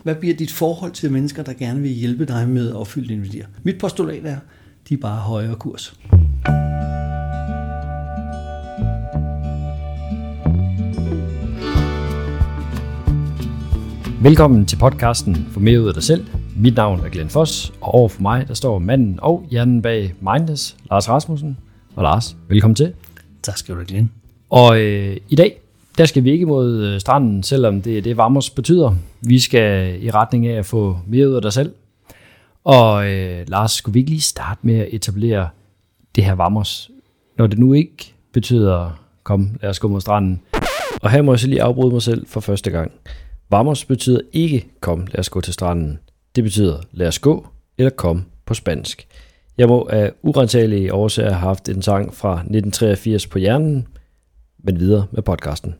Hvad bliver dit forhold til mennesker, der gerne vil hjælpe dig med at opfylde dine værdier? Mit postulat er, de er bare højere kurs. Velkommen til podcasten For mere ud af dig selv. Mit navn er Glenn Foss, og over for mig der står manden og hjernen bag Mindless, Lars Rasmussen. Og Lars, velkommen til. Tak skal du have, Glenn. Og i dag, der skal vi ikke mod stranden, selvom det er det, Vamos betyder. Vi skal i retning af at få mere ud af dig selv. Og Lars, skulle vi ikke lige starte med at etablere det her Vamos, når det nu ikke betyder, kom, lad os gå mod stranden. Og her må jeg så lige afbryde mig selv for første gang. Vamos betyder ikke, kom, lad os gå til stranden. Det betyder, lad os gå, eller kom på spansk. Jeg må af urensagelige årsager have haft en sang fra 1983 på hjernen, men videre med podcasten.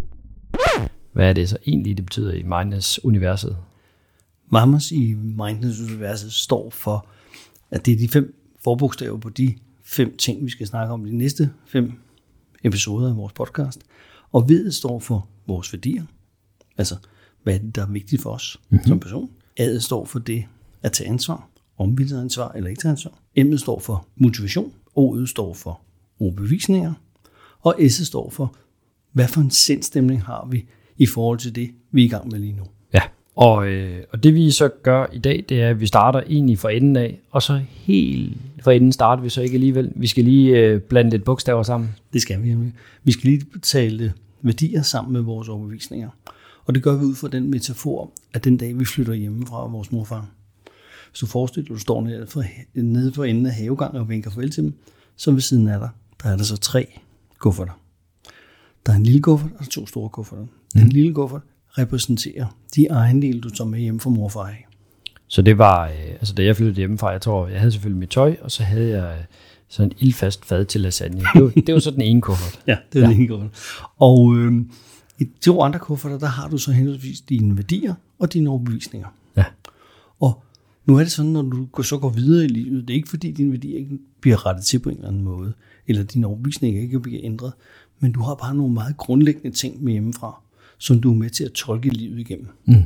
Hvad er det så egentlig, det betyder i Mindless-universet? Vamos i Mindless-universet står for, at det er de 5 forbogstaver på de 5 ting, vi skal snakke om de næste 5 episoder af vores podcast. Og V'et står for vores værdier. Altså, hvad er det, der er vigtigt for os som person? A'et står for det at tage ansvar, om vi tager ansvar eller ikke tager ansvar. M'et står for motivation. O'et står for overbevisninger. Og S'et står for, hvad for en sindstemning har vi i forhold til det, vi er i gang med lige nu. Ja, og det vi så gør i dag, det er, at vi starter egentlig fra enden af, og så helt fra enden starter vi så ikke alligevel. Vi skal lige blande lidt bogstaver sammen. Det skal vi. Vi skal lige tale værdier sammen med vores overbevisninger. Og det gør vi ud fra den metafor, at den dag vi flytter hjemme fra vores morfar. Hvis du forestiller dig, at du står nede for enden af havegangen og vinker farvel til dem, så ved siden af dig, der er der så 3 kufferter. Der er en lille kuffert og 2 store kufferter. Den lille kuffert repræsenterer de ejendele, du tager med hjemme fra morfar af. Så det var, altså da jeg flyttede hjemmefra, jeg tror, jeg havde selvfølgelig mit tøj, og så havde jeg sådan en ildfast fad til lasagne. Det var så den ene kuffert. Ja, det var den ene kuffert. Og i 2 andre kufferter, der har du så henholdsvis dine værdier og dine overbevisninger. Ja. Og nu er det sådan, når du så går videre i livet, det er ikke fordi dine værdier ikke bliver rettet til på en eller anden måde, eller dine overbevisninger ikke bliver ændret, men du har bare nogle meget grundlæggende ting med hjemmefra, som du er med til at tolke livet igennem.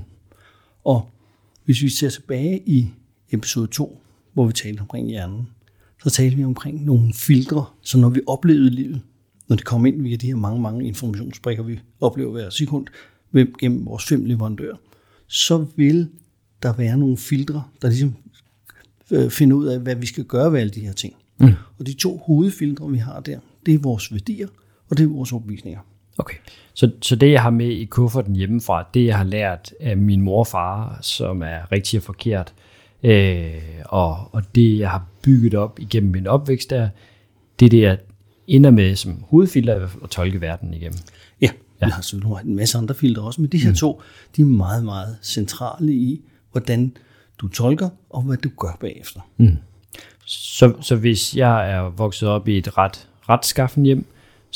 Og hvis vi ser tilbage i episode 2, hvor vi talte omkring hjernen, så talte vi omkring nogle filtre, så når vi oplevede livet, når det kommer ind via de her mange informationsbrikker, vi oplever hver sekund gennem vores 5 leverandører, så vil der være nogle filtre, der ligesom finder ud af, hvad vi skal gøre ved alle de her ting. Og de 2 hovedfiltre, vi har der, det er vores værdier, og det er vores overbevisninger. Okay, så det jeg har med i kufferten hjemmefra, det jeg har lært af min mor og far, som er rigtig og forkert, og det jeg har bygget op igennem min opvækst, det er det, jeg ender med som hovedfilter at tolke verden igennem. Ja, vi har selvfølgelig en masse andre filtre også, men de her 2, de er meget, meget centrale i, hvordan du tolker, og hvad du gør bagefter. Så hvis jeg er vokset op i et retskaffen hjem,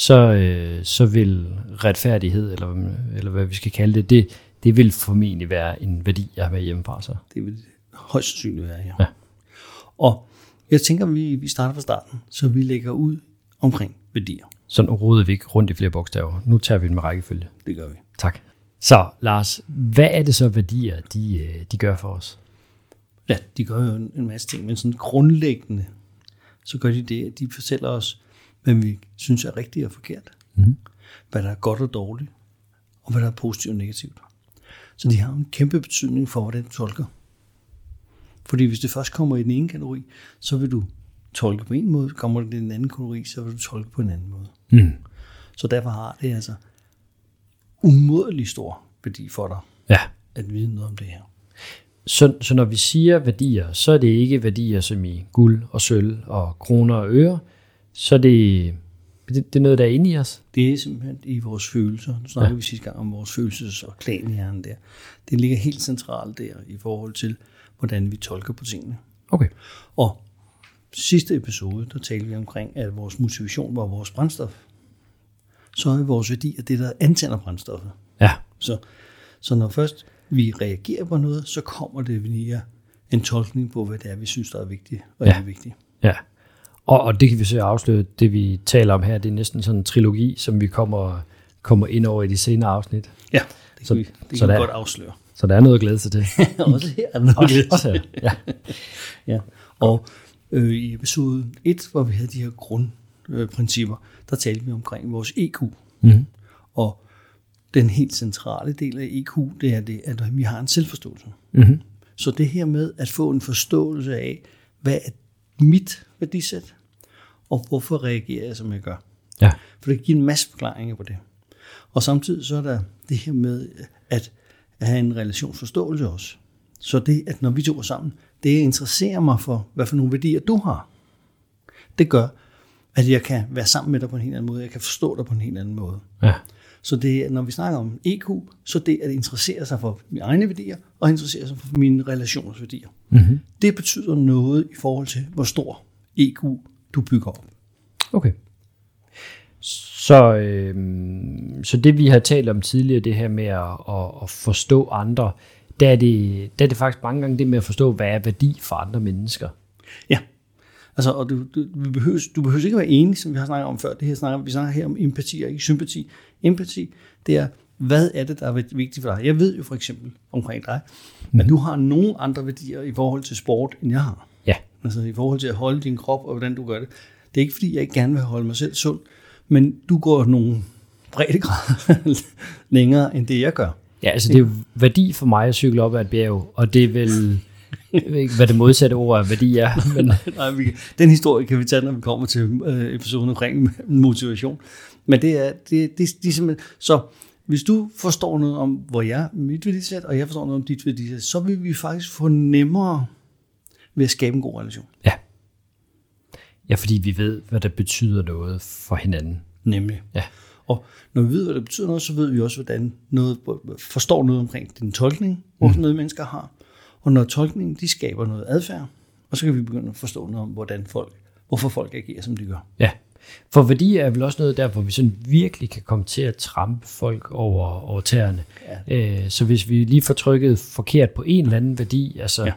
så vil retfærdighed, eller hvad vi skal kalde det vil formentlig være en værdi, jeg har med hjemmefra. Så. Det vil højst sandsynligt være, ja. Og jeg tænker, vi starter fra starten, så vi lægger ud omkring værdier. Sådan roder vi ikke rundt i flere bogstaver. Nu tager vi den med rækkefølge. Det gør vi. Tak. Så Lars, hvad er det så værdier, de gør for os? Ja, de gør jo en masse ting, men sådan grundlæggende, så gør de det, at de fortæller os, hvad vi synes er rigtigt og forkert. Hvad der er godt og dårligt, og hvad der er positivt og negativt. Så de har en kæmpe betydning for, hvordan du tolker. Fordi hvis det først kommer i den ene kategori, så vil du tolke på en måde, kommer det i den anden kategori, så vil du tolke på en anden måde. Så derfor har det altså umådelig stor værdi for dig, at vide noget om det her. Så når vi siger værdier, så er det ikke værdier som i guld og sølv og kroner og øre, så er det er noget, der er inde i os. Det er simpelthen i vores følelser. Nu snakker vi sidste gang om vores følelses- og klanhjernen der. Det ligger helt centralt der i forhold til, hvordan vi tolker på tingene. Okay. Og sidste episode, der talte vi omkring, at vores motivation var vores brændstof. Så er vores værdier det, der antænder brændstoffet. Ja. Så når først vi reagerer på noget, så kommer det via en tolkning på, hvad det er, vi synes, der er vigtigt og ikke vigtigt. Ja. Og det kan vi så afsløre, det vi taler om her, det er næsten sådan en trilogi, som vi kommer ind over i de senere afsnit. Ja, det kan vi godt afsløre. Så der er noget at glæde sig til. Også her er noget at glæde sig også her, ja. Ja. Og i episode 1, hvor vi havde de her grundprincipper, der talte vi omkring vores EQ. Mm-hmm. Og den helt centrale del af EQ, det er det, at vi har en selvforståelse. Mm-hmm. Så det her med at få en forståelse af, hvad er mit værdisæt, og hvorfor reagerer jeg, som jeg gør. Ja. For det giver en masse forklaringer på det. Og samtidig så er der det her med at have en relationsforståelse også. Så det, at når vi to er sammen, det interesserer mig for, hvad for nogle værdier du har. Det gør, at jeg kan være sammen med dig på en helt anden måde. Jeg kan forstå dig på en helt anden måde. Ja. Så det, når vi snakker om EQ, så det at interessere sig for mine egne værdier, og interessere sig for mine relationsværdier. Mm-hmm. Det betyder noget i forhold til, hvor stor EQ du bygger op. Okay. Så det vi har talt om tidligere, det her med at forstå andre, der er det faktisk mange gange det med at forstå, hvad er værdi for andre mennesker. Ja, altså, og du behøver ikke at være enig, som vi har snakket om før. Vi snakker her om empati og ikke sympati. Empati, det er, hvad er det, der er vigtigt for dig? Jeg ved jo for eksempel omkring dig, at du har nogle andre værdier i forhold til sport, end jeg har. Ja. Altså i forhold til at holde din krop, og hvordan du gør det. Det er ikke, fordi jeg ikke gerne vil holde mig selv sund, men du går nogle breddegrader længere, end det jeg gør. Ja, altså det er jo værdi for mig at cykle op ad et bjerg, og det er vel, jeg ved ikke, hvad det modsatte ord af værdi er. Men nej, den historie kan vi tage, når vi kommer til episoden omkring motivation. Men det er simpelthen, så hvis du forstår noget om, hvor mit værdisæt, og jeg forstår noget om dit værdisæt, så vil vi faktisk få nemmere ved at skabe en god relation. Ja. Ja, fordi vi ved, hvad der betyder noget for hinanden. Nemlig. Ja. Og når vi ved, hvad det betyder noget, så ved vi også, hvordan forstår noget omkring den tolkning, hvor noget mennesker har. Og når tolkningen, de skaber noget adfærd, og så kan vi begynde at forstå noget om, hvorfor folk agerer, som de gør. Ja, for værdi er vel også noget der, hvor vi sådan virkelig kan komme til at trampe folk over tæerne. Ja. Så hvis vi lige får trykket forkert på en eller anden værdi, altså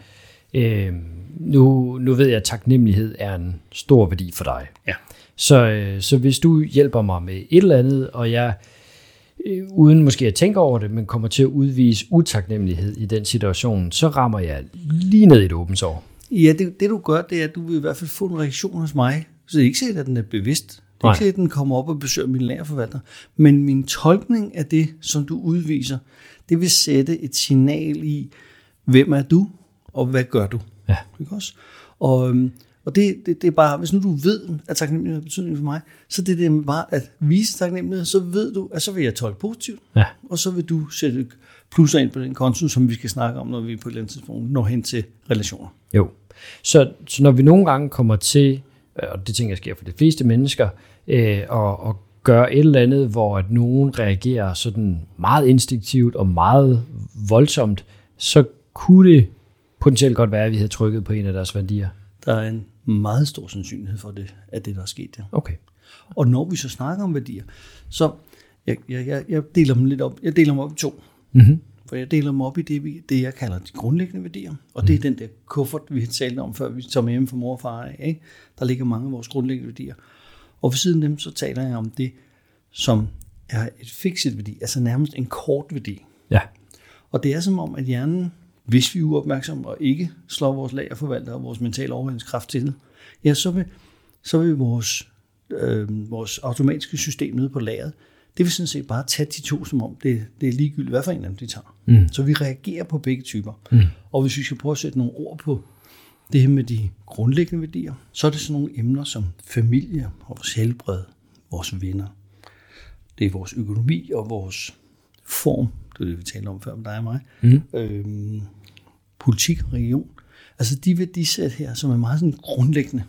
nu ved jeg, at taknemmelighed er en stor værdi for dig. Ja. Så hvis du hjælper mig med et eller andet, og jeg uden måske at tænke over det, men kommer til at udvise utaknemmelighed i den situation, så rammer jeg lige ned i et åbent sår. Ja, det du gør, det er, at du vil i hvert fald få en reaktion hos mig. Så det er ikke sikkert, at den er bevidst. Det er ikke sikkert, at den kommer op og besøger min lærerforvalter. Men min tolkning af det, som du udviser, det vil sætte et signal i, hvem er du, og hvad gør du? Ja. Ikke også? Og det er bare, hvis nu du ved, at taknemmelighed har betydning for mig, så det er bare at vise taknemmelighed, så ved du, at så vil jeg tolke positivt, og så vil du sætte plusser ind på den konto, som vi skal snakke om, når vi på et eller andet tidspunkt når hen til relationer. Jo, så når vi nogle gange kommer til, og det tænker jeg sker for de fleste mennesker, og gøre et eller andet, hvor at nogen reagerer sådan meget instinktivt og meget voldsomt, så kunne det potentielt godt være, at vi havde trykket på en af deres værdier. Der er en meget stor sandsynlighed for det, at det der er sket der. Okay. Og når vi så snakker om værdier, så jeg deler dem lidt op. Jeg deler dem op i to. Mm-hmm. For jeg deler dem op i det jeg kalder de grundlæggende værdier. Og det er den der kuffert, vi har talt om, før vi tager med hjem fra mor og far af. Ikke? Der ligger mange af vores grundlæggende værdier. Og ved siden af dem, så taler jeg om det, som er et fikset værdi. Altså nærmest en kort værdi. Ja. Og det er som om, at hjernen, hvis vi er uopmærksomme og ikke slår vores lagerforvalter og vores mentale overhældingskraft til, ja, så vil vores automatiske system nede på lageret, det vil sådan set bare tage de to, som om det er ligegyldigt, hvad for en af dem de tager. Mm. Så vi reagerer på begge typer. Mm. Og hvis vi skal prøve at sætte nogle ord på det her med de grundlæggende værdier, så er det sådan nogle emner som familie, vores helbred, vores venner. Det er vores økonomi og vores form. Det er det, vi taler om før med dig og mig. Mm. Politik og religion. Altså de værdisæt her, som er meget sådan grundlæggende,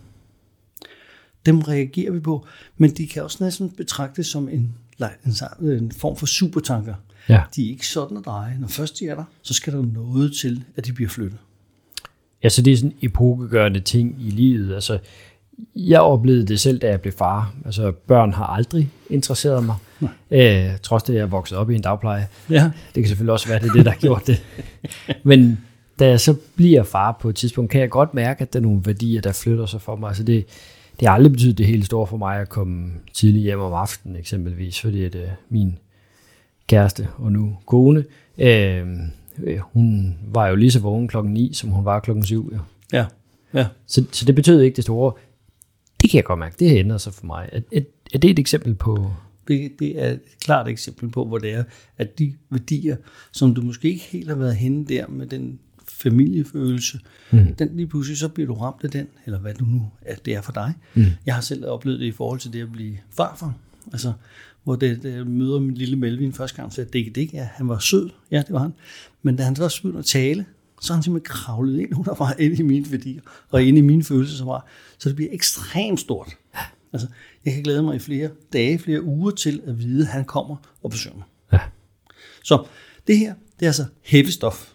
dem reagerer vi på, men de kan også næsten betragtes som en form for supertanker. Ja. De er ikke sådan at dreje. Når først de er der, så skal der noget til, at de bliver flyttet. Ja, så det er sådan epokegørende ting i livet. Altså, jeg oplevede det selv, da jeg blev far. Altså, børn har aldrig interesseret mig. Trods det, jeg er vokset op i en dagpleje. Ja. Det kan selvfølgelig også være, det der har gjort det. Men da jeg så bliver far på et tidspunkt, kan jeg godt mærke, at der er nogle værdier, der flytter sig for mig. Altså, det har aldrig betydet det helt store for mig at komme tidligt hjem om aftenen, eksempelvis, fordi at min kæreste og nu kone hun var jo lige så vågen 9:00, som hun var 7:00. Ja. Ja. Så det betød ikke det store. Det kan jeg godt mærke, det har ændret sig for mig. Er det et eksempel på? Det er et klart eksempel på, hvor det er, at de værdier, som du måske ikke helt har været henne der med den familiefølelse, den lige pludselig, så bliver du ramt af den, eller hvad du nu at det er for dig. Jeg har selv oplevet det i forhold til det at blive farfar, altså hvor jeg møder min lille Melvin første gang, så sagde det, ja, han var sød, ja, det var han, men da han så begyndte at tale, så har han simpelthen kravlet ind undervejs ind i mine værdier, og ind i mine følelser, så det bliver ekstremt stort. Altså, jeg kan glæde mig i flere dage, flere uger til at vide, at han kommer og besøger mig. Ja. Så det her, det er altså heavy stof.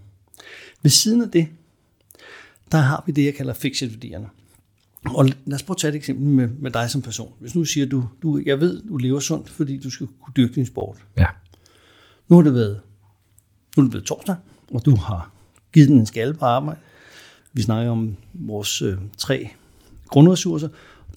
Ved siden af det, der har vi det, jeg kalder fixed-værdierne. Og lad os prøve at tage et eksempel med dig som person. Hvis nu siger du, jeg ved, du lever sundt, fordi du skal kunne dyrke din sport. Ja. Nu er det blevet torsdag, og du har givet den en skalle på arbejde. Vi snakker om vores 3 grundressourcer.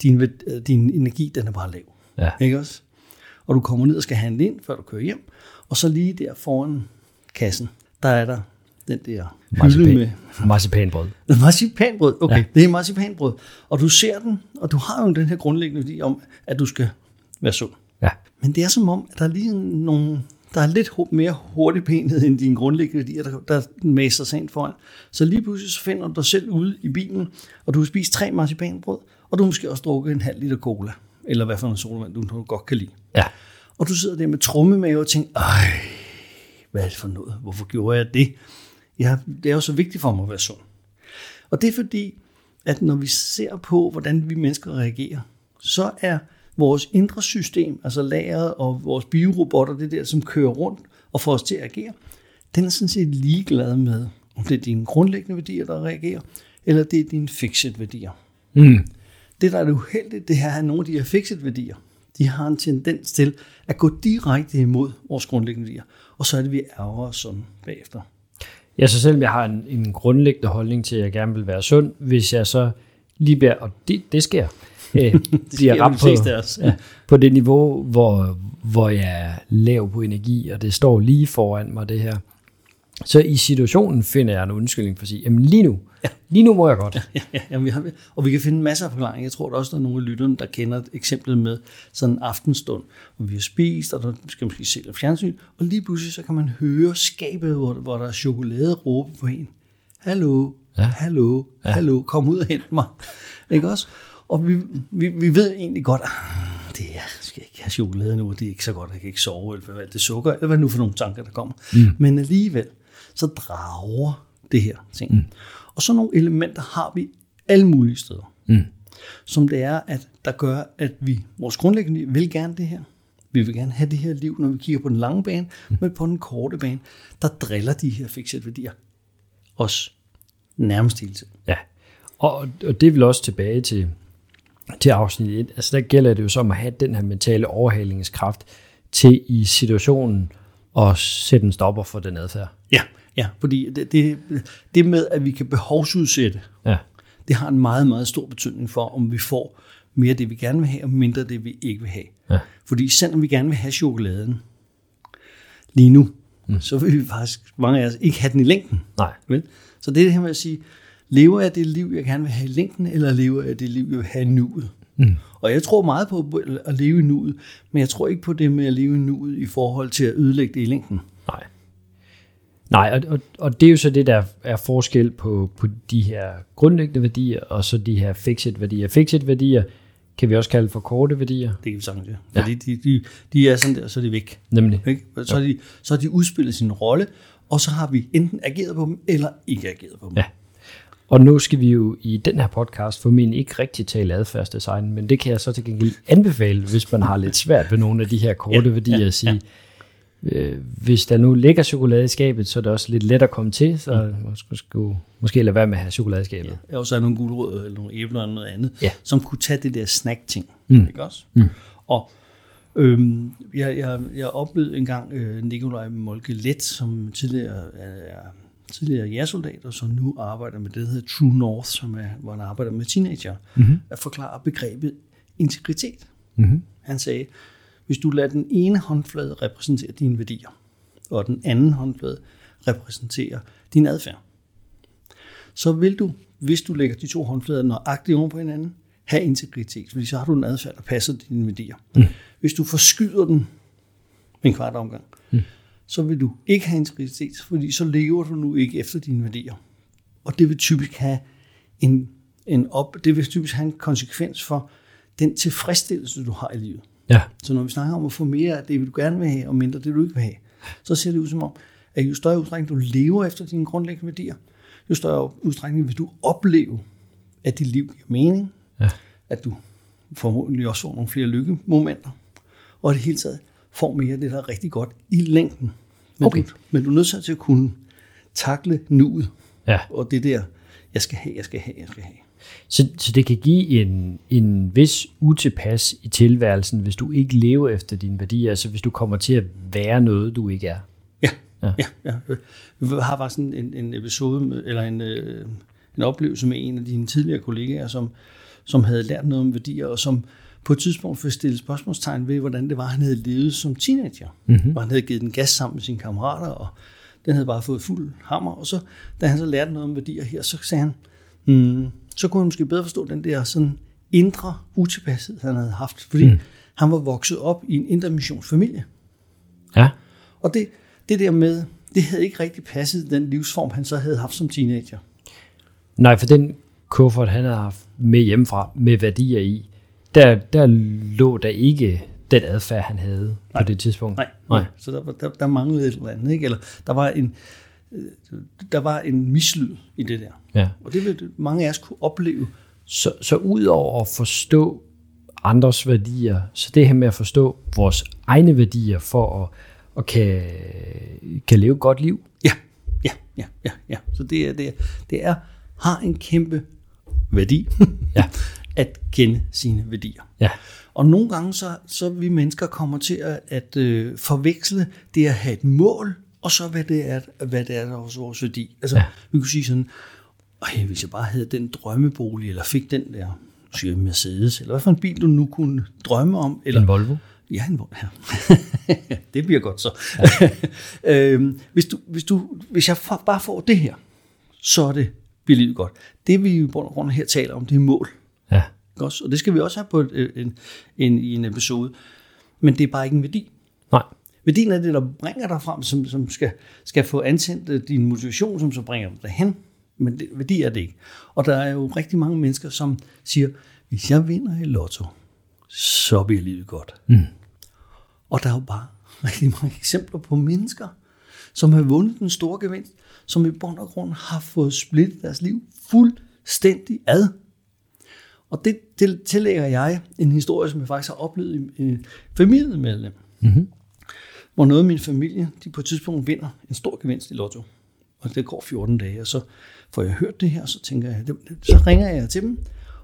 Din energi, den er bare lav. Ja. Ikke også? Og du kommer ned og skal handle ind, før du kører hjem. Og så lige der foran kassen, der er der den der hylde med marcipanbrød. Marcipanbrød, okay. Ja. Det er marcipanbrød. Og du ser den, og du har jo den her grundlæggende værdi om, at du skal være sund. Ja. Men det er som om, at der er lige der er lidt mere hurtigbenhed end dine grundlæggende værdier, der maser sig ind foran. Så lige pludselig så finder du dig selv ude i bilen, og du har spist 3 marcipanbrød, og du har måske også drukket en halv liter cola, eller hvad for en sodavand, du godt kan lide. Ja. Og du sidder der med trommemave og tænker, hvad er det for noget? Hvorfor gjorde jeg det? Det er jo så vigtigt for mig at være sund. Og det er fordi, at når vi ser på, hvordan vi mennesker reagerer, så er vores indre system, altså lageret og vores biorobotter, det der, som kører rundt og får os til at agere, den er sådan set ligeglad med, om det er dine grundlæggende værdier, der reagerer, eller det er dine fixed værdier. Det, der er det uheldigt, det her er nogle af de her fixed værdier. De har en tendens til at gå direkte imod vores grundlæggende værdier, og så er det, vi ærger os sådan bagefter. Ja, så selvom jeg har en grundlæggende holdning til, at jeg gerne vil være sund, hvis jeg så lige bliver, og det sker, bliver ramt på det niveau, hvor jeg er lav på energi, og det står lige foran mig, det her. Så i situationen finder jeg en undskyldning for at sige, jamen lige nu må jeg godt. Ja, vi kan finde masser af forklaringer. Jeg tror der også, der er nogle af lytterne, der kender eksemplet med sådan en aftenstund, hvor vi har spist, og der skal måske se noget fjernsyn, og lige pludselig så kan man høre skabet, hvor der er chokolade råbe på en. Hallo, hallo, kom ud og hent mig. Ikke også? Og vi ved egentlig godt, det skal ikke have chokolade nu, det er ikke så godt, jeg kan ikke sove, eller hvad det er sukker, eller hvad nu for nogle tanker, der kommer. Men alligevel, så drager det her ting. Og så nogle elementer har vi alle mulige steder. Som det er, at der gør, at vores grundlæggende vil gerne det her. Vi vil gerne have det her liv, når vi kigger på den lange bane, men på den korte bane, der driller de her fixed værdier os nærmest hele tiden. Ja, og det vil også tilbage til afsnit 1. Altså der gælder det jo så om at have den her mentale overhalingskraft til i situationen at sætte en stopper for den adfærd. Ja, fordi det med, at vi kan behovsudsætte, det har en meget, meget stor betydning for, om vi får mere det, vi gerne vil have, og mindre det, vi ikke vil have. Ja. Fordi selvom vi gerne vil have chokoladen lige nu, så vil vi faktisk, mange af os, ikke have den i længden. Nej. Vel? Så det er det her med at sige, lever jeg det liv, jeg gerne vil have i længden, eller lever jeg det liv, jeg vil have i nuet? Og jeg tror meget på at leve i nuet, men jeg tror ikke på det med at leve i nuet i forhold til at ødelægge det i længden. Nej, og det er jo så det, der er forskel på de her grundlæggende værdier, og så de her fixed værdier. Fixed værdier kan vi også kalde for korte værdier. Det kan vi sagtens, ja. Fordi de er sådan der, så er de væk. Nemlig. Ikke? Så har de udspillet sin rolle, og så har vi enten ageret på dem, eller ikke ageret på dem. Ja. Og nu skal vi jo i den her podcast formentlig ikke rigtig tale adfærdsdesign, men det kan jeg så til gengæld anbefale, hvis man har lidt svært ved nogle af de her korte værdier at sige, hvis der nu ligger chokolade i skabet, så er det også lidt let at komme til, så måske lade være med at have chokolade i skabet. Ja, og så er nogle gulerødder eller nogle æbler eller noget andet, som kunne tage det der snack-ting. Ikke også? Og jeg oplevede engang Nikolaj Molke-Let, som tidligere jægersoldat, og som nu arbejder med det, der hedder True North, hvor han arbejder med teenager, at forklare begrebet integritet. Han sagde, hvis du lader den ene håndflade repræsentere dine værdier, og den anden håndflade repræsenterer din adfærd. Så vil du, hvis du lægger de to håndflader nøjagtigt oven på hinanden, have integritet, fordi så har du en adfærd, der passer dine værdier. Hvis du forskyder den en kvart omgang, så vil du ikke have integritet, fordi så lever du nu ikke efter dine værdier. Og det vil typisk have en konsekvens for den tilfredsstillelse, du har i livet. Ja. Så når vi snakker om at få mere af det, du gerne vil have, og mindre af det, du ikke vil have, så ser det ud som om, at jo større udstrækning du lever efter dine grundlæggende værdier, jo større udstrækning vil du opleve, at dit liv giver mening, at du formodentlig også får nogle flere lykkemomenter, og i det hele taget får mere af det, der er rigtig godt i længden. Men du er nødt til at kunne takle nuet, og det der, jeg skal have. Så det kan give en vis utilpas i tilværelsen, hvis du ikke lever efter dine værdier, altså hvis du kommer til at være noget, du ikke er. Ja. Vi har faktisk en episode, eller en oplevelse med en af dine tidligere kollegaer, som havde lært noget om værdier, og som på et tidspunkt fik stillet spørgsmålstegn ved, hvordan det var, han havde levet som teenager. Og han havde givet den gas sammen med sine kammerater, og den havde bare fået fuld hammer. Og så, da han så lærte noget om værdier her, så sagde han, så kunne han måske bedre forstå den der sådan indre utilpashed, han havde haft. Fordi han var vokset op i en intermissionsfamilie. Ja. Og det der med, det havde ikke rigtig passet den livsform, han så havde haft som teenager. Nej, for den kuffert, han havde haft med hjemmefra, med værdier i, der lå der ikke den adfærd, han havde på det tidspunkt. Nej. Så der manglede et eller andet, ikke? Eller der var en mislyd i det der. Ja. Og det vil mange af os kunne opleve. Så ud over at forstå andres værdier, så det her med at forstå vores egne værdier for at kan leve et godt liv. Ja. Så det har en kæmpe værdi at kende sine værdier. Ja. Og nogle gange så vi mennesker kommer til at forveksle det at have et mål, og så hvad det er der også vores værdi. Altså vi kunne sige sådan, hvis jeg bare havde den drømmebolig, eller fik den der, siger Mercedes, eller hvad for en bil du nu kunne drømme om. Eller, en Volvo. Ja, en Volvo. Ja. Det bliver godt så. Ja. Hvis jeg bare får det her, så bliver livet godt. Det vi i bund og grund her taler om, det er mål. Ja. Også, og det skal vi også have på i en episode. Men det er bare ikke en værdi. Nej. Værdien er det, der bringer dig frem, som skal få antændt din motivation, som så bringer dig derhen. Men værdi er det ikke. Og der er jo rigtig mange mennesker, som siger, hvis jeg vinder i lotto, så bliver livet godt. Og der er jo bare rigtig mange eksempler på mennesker, som har vundet den store gevinst, som i bund og grund har fået splittet deres liv fuldstændig ad. Og det tillægger jeg en historie, som jeg faktisk har oplevet i en familiemedlem. Hvor noget af min familie, de på et tidspunkt vinder en stor gevinst i lotto. Og det går 14 dage, og så får jeg hørt det her, så tænker jeg, så ringer jeg til dem,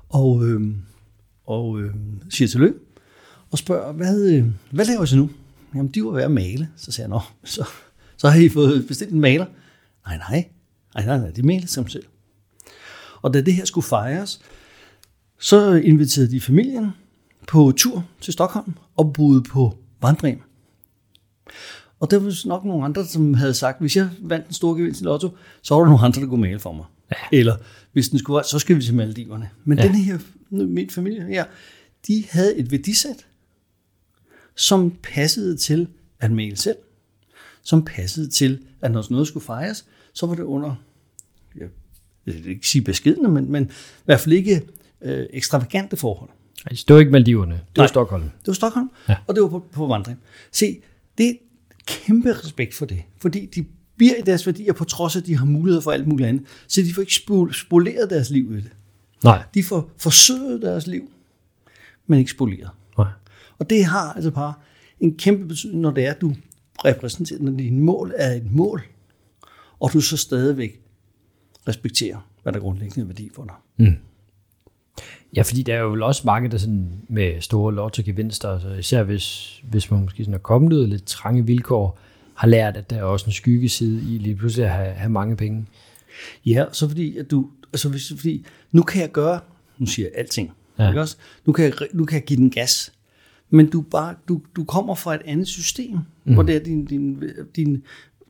og siger tillykke, og spørger, hvad laver I så nu? Jamen, de var ved at male. Så siger jeg, så har I fået bestilt en maler? Nej, de maler sig selv. Og da det her skulle fejres, så inviterede de familien på tur til Stockholm og boede på vandrehjem. Og der var nok nogle andre, som havde sagt, hvis jeg vandt en stor gevinst i lotto, så var der nogle andre, der kunne male for mig. Ja. Eller hvis den skulle være, så skal vi til Maldiverne. Men den her, min familie, de havde et værdisæt, som passede til at male selv, som passede til, at når noget skulle fejres, så var det under, jeg vil ikke sige beskedne, men i hvert fald ikke ekstravagante forhold. Det var ikke Maldiverne, det var Stockholm. Det var Stockholm, og det var på vandring. Se, det er kæmpe respekt for det, fordi de bliver i deres værdier, på trods af, at de har mulighed for alt muligt andet, så de får ikke spoleret deres liv i det. Nej. De får forsøget deres liv, men ikke spoleret. Nej. Og det har altså bare en kæmpe betydning, når det er, at du repræsenterer, når dit mål er et mål, og du så stadigvæk respekterer, hvad der er grundlæggende værdi for dig. Ja, fordi der er jo også mange, der sådan med store lottogevinster, altså især hvis man måske sådan er kommet ud af lidt trange vilkår, har lært, at der er også en skyggeside i lige pludselig at have mange penge. Ja, så fordi at fordi nu kan jeg gøre, nu siger jeg alting, ikke også? Nu kan jeg give den gas, men du kommer fra et andet system, hvor det er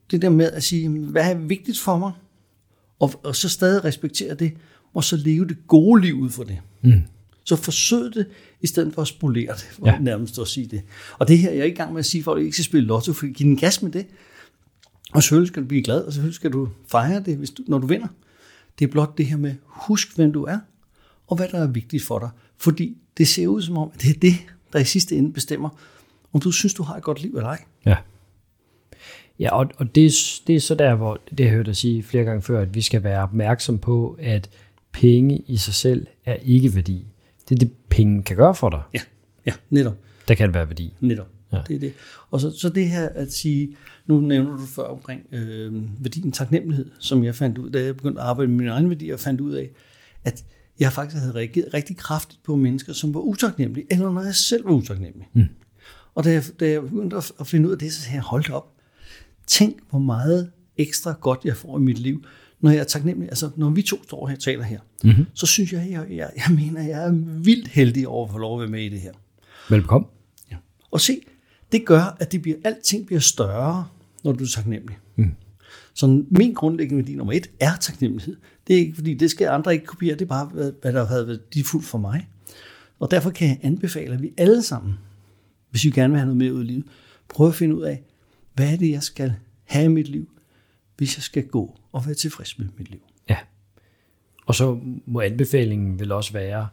det der med at sige, hvad er vigtigt for mig, og så stadig respektere det, og så leve det gode liv ud for det. Så forsøg det, i stedet for at spolere det, for nærmest at sige det. Og det her, jeg er i gang med at sige, for at du ikke skal spille lotto, for give den gas med det. Og selvfølgelig skal du blive glad, og selvfølgelig skal du fejre det, når du vinder. Det er blot det her med, husk hvem du er, og hvad der er vigtigt for dig. Fordi det ser ud som om, at det er det, der i sidste ende bestemmer, om du synes, du har et godt liv eller ej. Ja, og det er så der, hvor det har jeg hørt dig sige flere gange før, at vi skal være opmærksom på, at penge i sig selv er ikke værdi. Det er det, penge kan gøre for dig. Ja, netop. Der kan det være værdi. Netop, det er det. Og så det her at sige, nu nævner du før omkring værdien taknemmelighed, som jeg fandt ud, da jeg begyndte at arbejde med mine egne værdier, og fandt ud af, at jeg faktisk havde reageret rigtig kraftigt på mennesker, som var utaknemmelige, eller når jeg selv var utaknemmelig. Og da jeg begyndte at finde ud af det, så sagde jeg, hold op. Tænk, hvor meget ekstra godt jeg får i mit liv, når jeg er taknemmelig. Altså, når vi to står her og taler her, så synes jeg mener, jeg er vildt heldig over at få lov at være med i det her. Velbekomme. Ja. Og se, det gør, at alting bliver større, når du er taknemmelig. Så min grundlæggende værdi nummer 1 er taknemmelighed. Det er ikke, fordi det skal andre ikke kopiere, det er bare, hvad der har været værdifuldt for mig. Og derfor kan jeg anbefale, at vi alle sammen, hvis vi gerne vil have noget mere ud i livet, prøve at finde ud af, hvad er det, jeg skal have i mit liv, hvis jeg skal gå og være tilfreds med mit liv. Ja, og så må anbefalingen vel også være,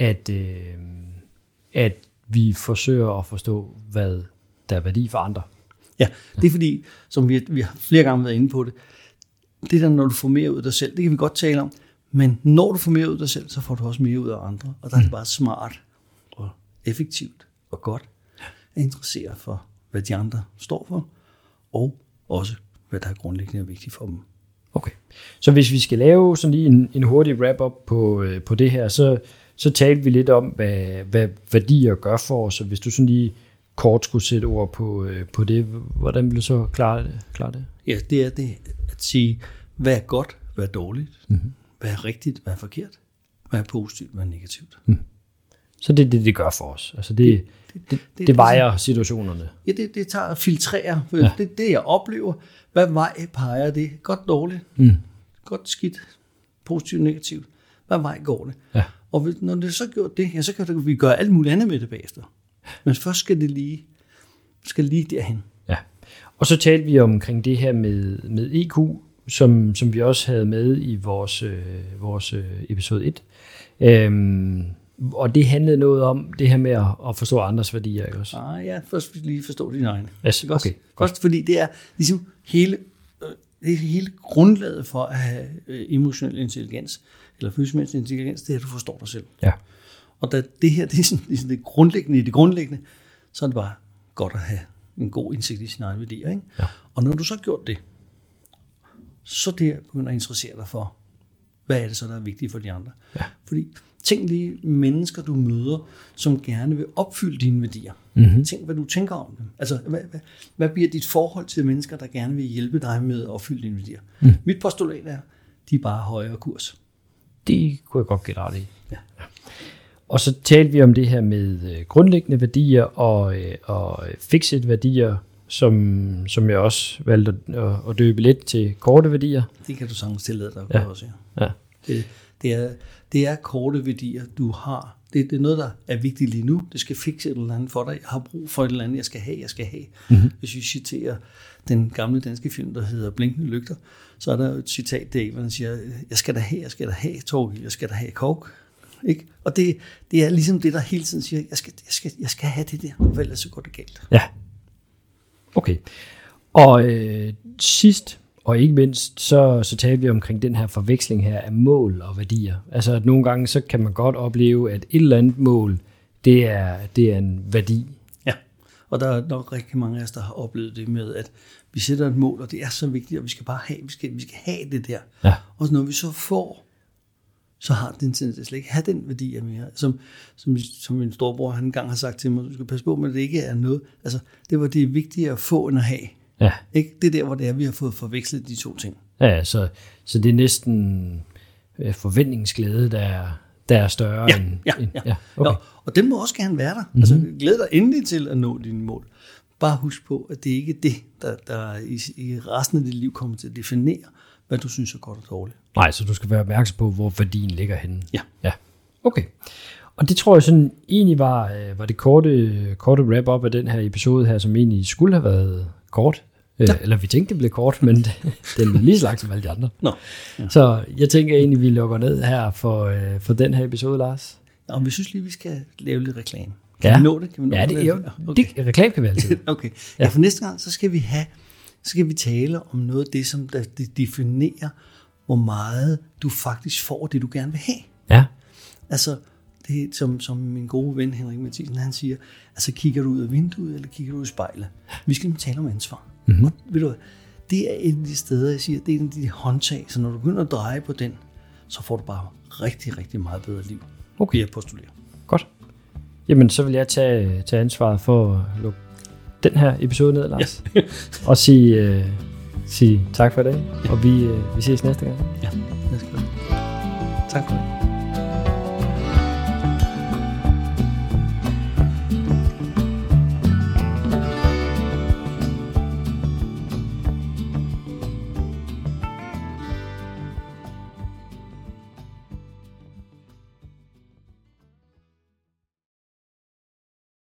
at vi forsøger at forstå, hvad der er værdi for andre. Ja, det er fordi, som vi har flere gange været inde på det, det der, når du får mere ud af dig selv, det kan vi godt tale om, men når du får mere ud af dig selv, så får du også mere ud af andre, og der er det bare smart og effektivt og godt at interessere for, hvad de andre står for, og også, hvad der er grundlæggende og vigtigt for dem. Okay, så hvis vi skal lave sådan lige en hurtig wrap-up på det her, så talte vi lidt om, hvad værdier gør for os, og hvis du sådan lige kort skulle sætte ord på det, hvordan vil du så klare det? Ja, det er det at sige, hvad er godt, hvad er dårligt, hvad er rigtigt, hvad er forkert, hvad er positivt, hvad er negativt. Så det er det gør for os. Altså det vejer situationerne. Ja, det tager at filtrere. Det jeg oplever, hvad vej peger det? Godt, dårligt, godt, skidt, positivt, negativt. Hvad vej går det? Ja. Og når det så gjort det, ja, så kan vi gøre alt muligt andet med det bagefter. Men først skal det lige derhen. Ja. Og så talte vi omkring det her med EQ, som vi også havde med i vores episode 1. Og det handlede noget om det her med at forstå andres værdier, ikke også? Ja, først lige forstå dine egne. Yes, okay. Først fordi det er ligesom hele grundlaget for at have emotionel intelligens, eller følelsesmæssig intelligens, det er, at du forstår dig selv. Ja. Og da det her, det er sådan, ligesom det grundlæggende, så er det bare godt at have en god indsigt i sine egne værdier, ikke? Ja. Og når du så har gjort det, så det begynder at interessere dig for, hvad er det så, der er vigtigt for de andre? Ja. Fordi tænk lige mennesker, du møder, som gerne vil opfylde dine værdier. Tænk, hvad du tænker om dem. Altså, hvad bliver dit forhold til mennesker, der gerne vil hjælpe dig med at opfylde dine værdier? Mit postulat er, de er bare højere kurs. Det kunne jeg godt gætte ret i. Ja. Og så talte vi om det her med grundlæggende værdier og fixed værdier, som jeg også valgte at døbe lidt til korte værdier. Det kan du sagtens tillade dig at gøre også. Ja. Det er korte værdier, du har. Det er noget, der er vigtigt lige nu. Det skal fikse et eller andet for dig. Jeg har brug for et eller andet, jeg skal have. Hvis vi citerer den gamle danske film, der hedder Blinkende Lygter, så er der et citat der, hvor han siger, jeg skal da have, Torgild, jeg skal da have coke. Ikke? Og det er ligesom det, der hele tiden siger, jeg skal have det der, og ellers så går det galt. Ja. Okay. Og sidst, og ikke mindst, så taler vi omkring den her forveksling her af mål og værdier. Altså at nogle gange, så kan man godt opleve, at et eller andet mål, det er en værdi. Ja, og der er nok rigtig mange af os, der har oplevet det med, at vi sætter et mål, og det er så vigtigt, og vi skal bare have, vi skal have det der. Ja. Og når vi så får, så har den slet ikke have den værdi mere. Som min storebror han engang har sagt til mig, du skal passe på med, at det ikke er noget. Altså, det er vigtigere at få end at have. Ja. Ikke? Det er der, hvor det er, vi har fået forvekslet de to ting. Ja, så det er næsten forventningsglæde, der er større end... Ja. Okay. Og den må også gerne være der. Altså, glæd dig endelig til at nå dine mål. bare husk på, at det ikke er det, der i resten af dit liv kommer til at definere, hvad du synes er godt og dårligt. Nej, så du skal være opmærksom på, hvor værdien ligger henne. Ja. Okay. Og det tror jeg sådan egentlig var det korte wrap-up af den her episode her, som egentlig skulle have været kort. Eller vi tænkte, det blev kort, men den blev lige så lang som alle de andre. Nå. Ja. Så jeg tænker egentlig, vi lukker ned her for den her episode, Lars. Og vi synes lige, vi skal lave lidt reklame. Kan Ja. vi nå det? Reklame kan vi altid. Okay. Ja, for næste gang, så skal vi tale om noget af det, som der definerer, hvor meget du faktisk får det, du gerne vil have. Ja. Altså, det som min gode ven Henrik Mathisen, han siger, altså kigger du ud af vinduet, eller kigger du ud i spejlet? Vi skal tale om ansvar. Mm-hmm. Og, ved du hvad, det er et af de steder, jeg siger, det er en af de håndtag, så når du begynder at dreje på den, så får du bare rigtig, rigtig meget bedre liv. Okay. Jeg postulerer. Godt. Jamen, så vil jeg tage ansvaret for at lukke den her episode ned, Lars. Ja. Og sige tak for i dag, og vi ses næste gang. Ja, det skal vi. Tak for det.